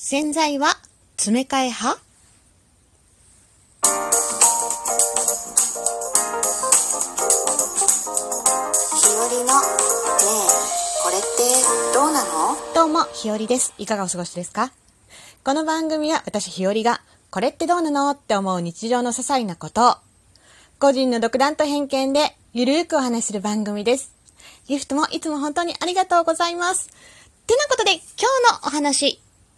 洗剤は詰め替え派？ ひよりのねえ、これってどうなの？ どうも、ひよりです。いかがお過ごしですか？この番組は私ひよりがこれってどうなのって思う日常の些細なことを個人の独断と偏見でゆるーくお話しする番組です。ギフトもいつも本当にありがとうございます。てなことで今日のお話。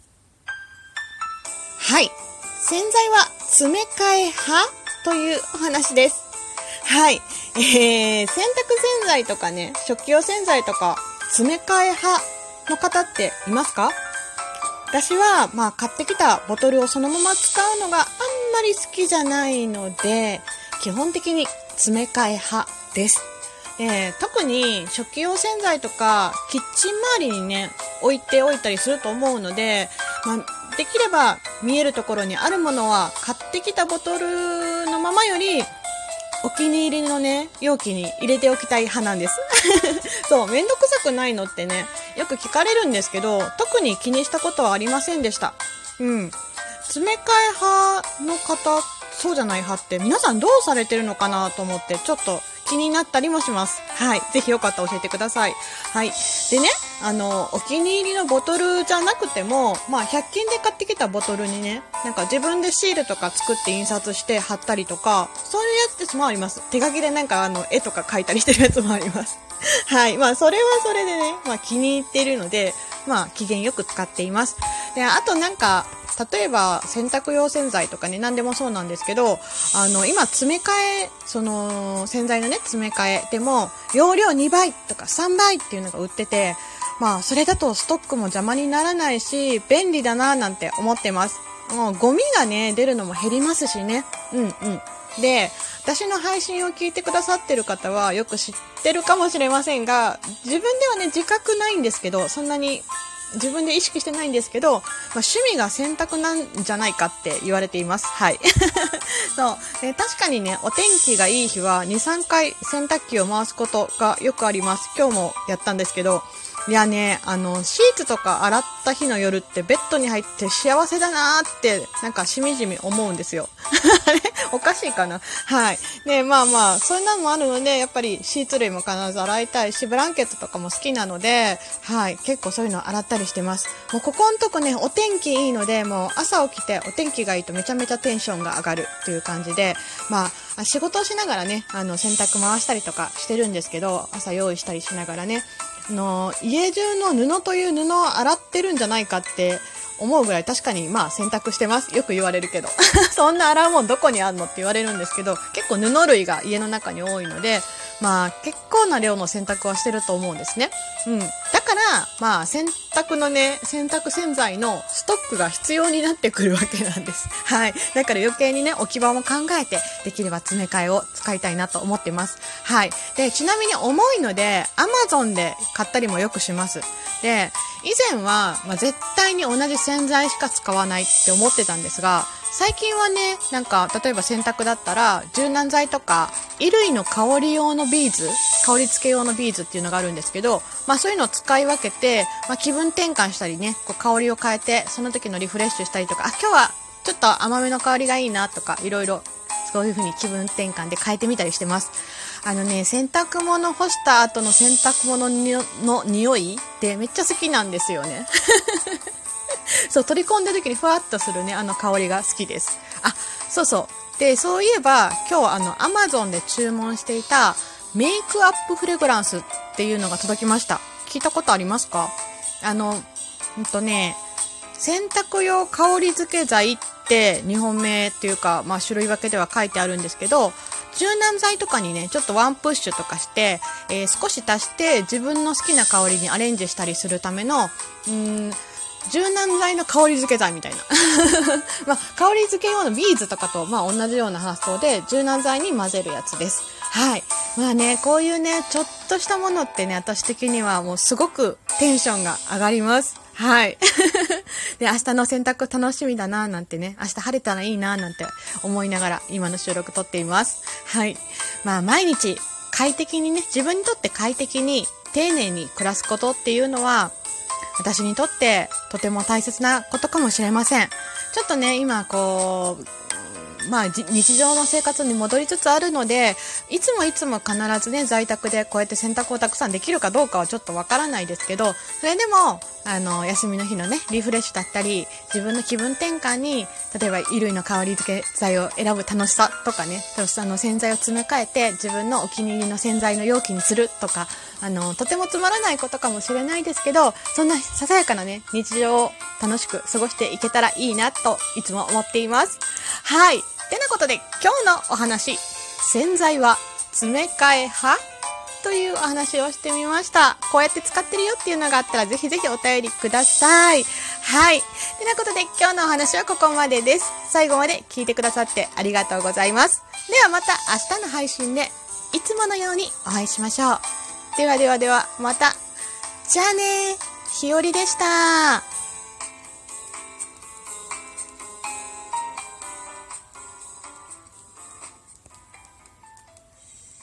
はい。洗剤は詰め替え派というお話です。はい。洗濯洗剤とかね、食器用洗剤とか詰め替え派の方っていますか？私は買ってきたボトルをそのまま使うのがあんまり好きじゃないので、基本的に詰め替え派です。特に食器用洗剤とかキッチン周りにね置いておいたりすると思うので、できれば見えるところにあるものは買ってきたボトルのままよりお気に入りのね容器に入れておきたい派なんですそう、めんどくさくないのってねよく聞かれるんですけど、特に気にしたことはありませんでした。詰め替え派の方、そうじゃない派って皆さんどうされてるのかなと思ってちょっと気になったりもします。はい。ぜひよかったら教えてください。はい。でね、お気に入りのボトルじゃなくても、100均で買ってきたボトルにね、自分でシールとか作って印刷して貼ったりとか、そういうやつもあります。手書きで絵とか描いたりしてるやつもあります。はい。それはそれでね、気に入っているので、機嫌よく使っています。で、あと例えば洗濯用洗剤とかね、何でもそうなんですけど、今詰め替え、洗剤のね、詰め替えでも、容量2倍とか3倍っていうのが売ってて、それだとストックも邪魔にならないし、便利だななんて思ってます。もうゴミがね、出るのも減りますしね。で、私の配信を聞いてくださってる方はよく知ってるかもしれませんが、自分ではね、自覚ないんですけど、そんなに自分で意識してないんですけど、趣味が洗濯なんじゃないかって言われています。はい。そうで、確かにね、お天気がいい日は2、3回洗濯機を回すことがよくあります。今日もやったんですけど、いやね、シーツとか洗った日の夜ってベッドに入って幸せだなーって、しみじみ思うんですよ。あれおかしいかな？はい。ね、そんなのもあるので、やっぱりシーツ類も必ず洗いたいし、ブランケットとかも好きなので、はい。結構そういうの洗ったりしてます。もうここんとこね、お天気いいので、もう朝起きてお天気がいいとめちゃめちゃテンションが上がるっていう感じで、仕事をしながらね、洗濯回したりとかしてるんですけど、朝用意したりしながらね、家中の布という布を洗ってるんじゃないかって思うぐらい確かに洗濯してます。よく言われるけどそんな洗うもんどこにあんのって言われるんですけど、結構布類が家の中に多いので、結構な量の洗濯はしてると思うんですね。だから洗濯洗剤のストックが必要になってくるわけなんです。はい。だから余計にね、置き場も考えてできれば詰め替えを使いたいなと思ってます。はい。で、ちなみに重いので Amazon で買ったりもよくします。で、以前は、絶対に同じ洗剤しか使わないって思ってたんですが、最近はね、例えば洗濯だったら、柔軟剤とか、衣類の香り用のビーズ、香り付け用のビーズっていうのがあるんですけど、そういうのを使い分けて、気分転換したりね、香りを変えて、その時のリフレッシュしたりとか、今日はちょっと甘めの香りがいいなとか、いろいろ、そういう風に気分転換で変えてみたりしてます。洗濯物干した後の洗濯物の匂いってめっちゃ好きなんですよね。そう、取り込んだ時にふわっとするね、香りが好きです。で、そういえば、今日Amazon で注文していたメイクアップフレグランスっていうのが届きました。聞いたことありますか？洗濯用香り付け剤って日本名っていうか、種類分けでは書いてあるんですけど、柔軟剤とかにね、ちょっとワンプッシュとかして、少し足して自分の好きな香りにアレンジしたりするための、柔軟剤の香り付け剤みたいな。香り付け用のビーズとかと、同じような発想で柔軟剤に混ぜるやつです。はい。こういうね、ちょっとしたものってね、私的にはもうすごくテンションが上がります。はい。で、明日の洗濯楽しみだななんてね、明日晴れたらいいななんて思いながら今の収録撮っています。はい。毎日快適にね、自分にとって快適に丁寧に暮らすことっていうのは、 私にとってとても大切なことかもしれません。ちょっとね、今日常の生活に戻りつつあるので、いつも必ずね、在宅でこうやって洗濯をたくさんできるかどうかはちょっとわからないですけど、それでも、休みの日のね、リフレッシュだったり、自分の気分転換に、例えば衣類の香り付け剤を選ぶ楽しさとかね、洗剤を詰め替えて自分のお気に入りの洗剤の容器にするとか、とてもつまらないことかもしれないですけど、そんなささやかなね、日常を楽しく過ごしていけたらいいなといつも思っています。はい。てなことで今日のお話、洗剤は詰め替え派というお話をしてみました。こうやって使ってるよっていうのがあったらぜひぜひお便りください。はい。てなことで今日のお話はここまでです。最後まで聞いてくださってありがとうございます。ではまた明日の配信でいつものようにお会いしましょう。ではまた。じゃあね。ひよりでした。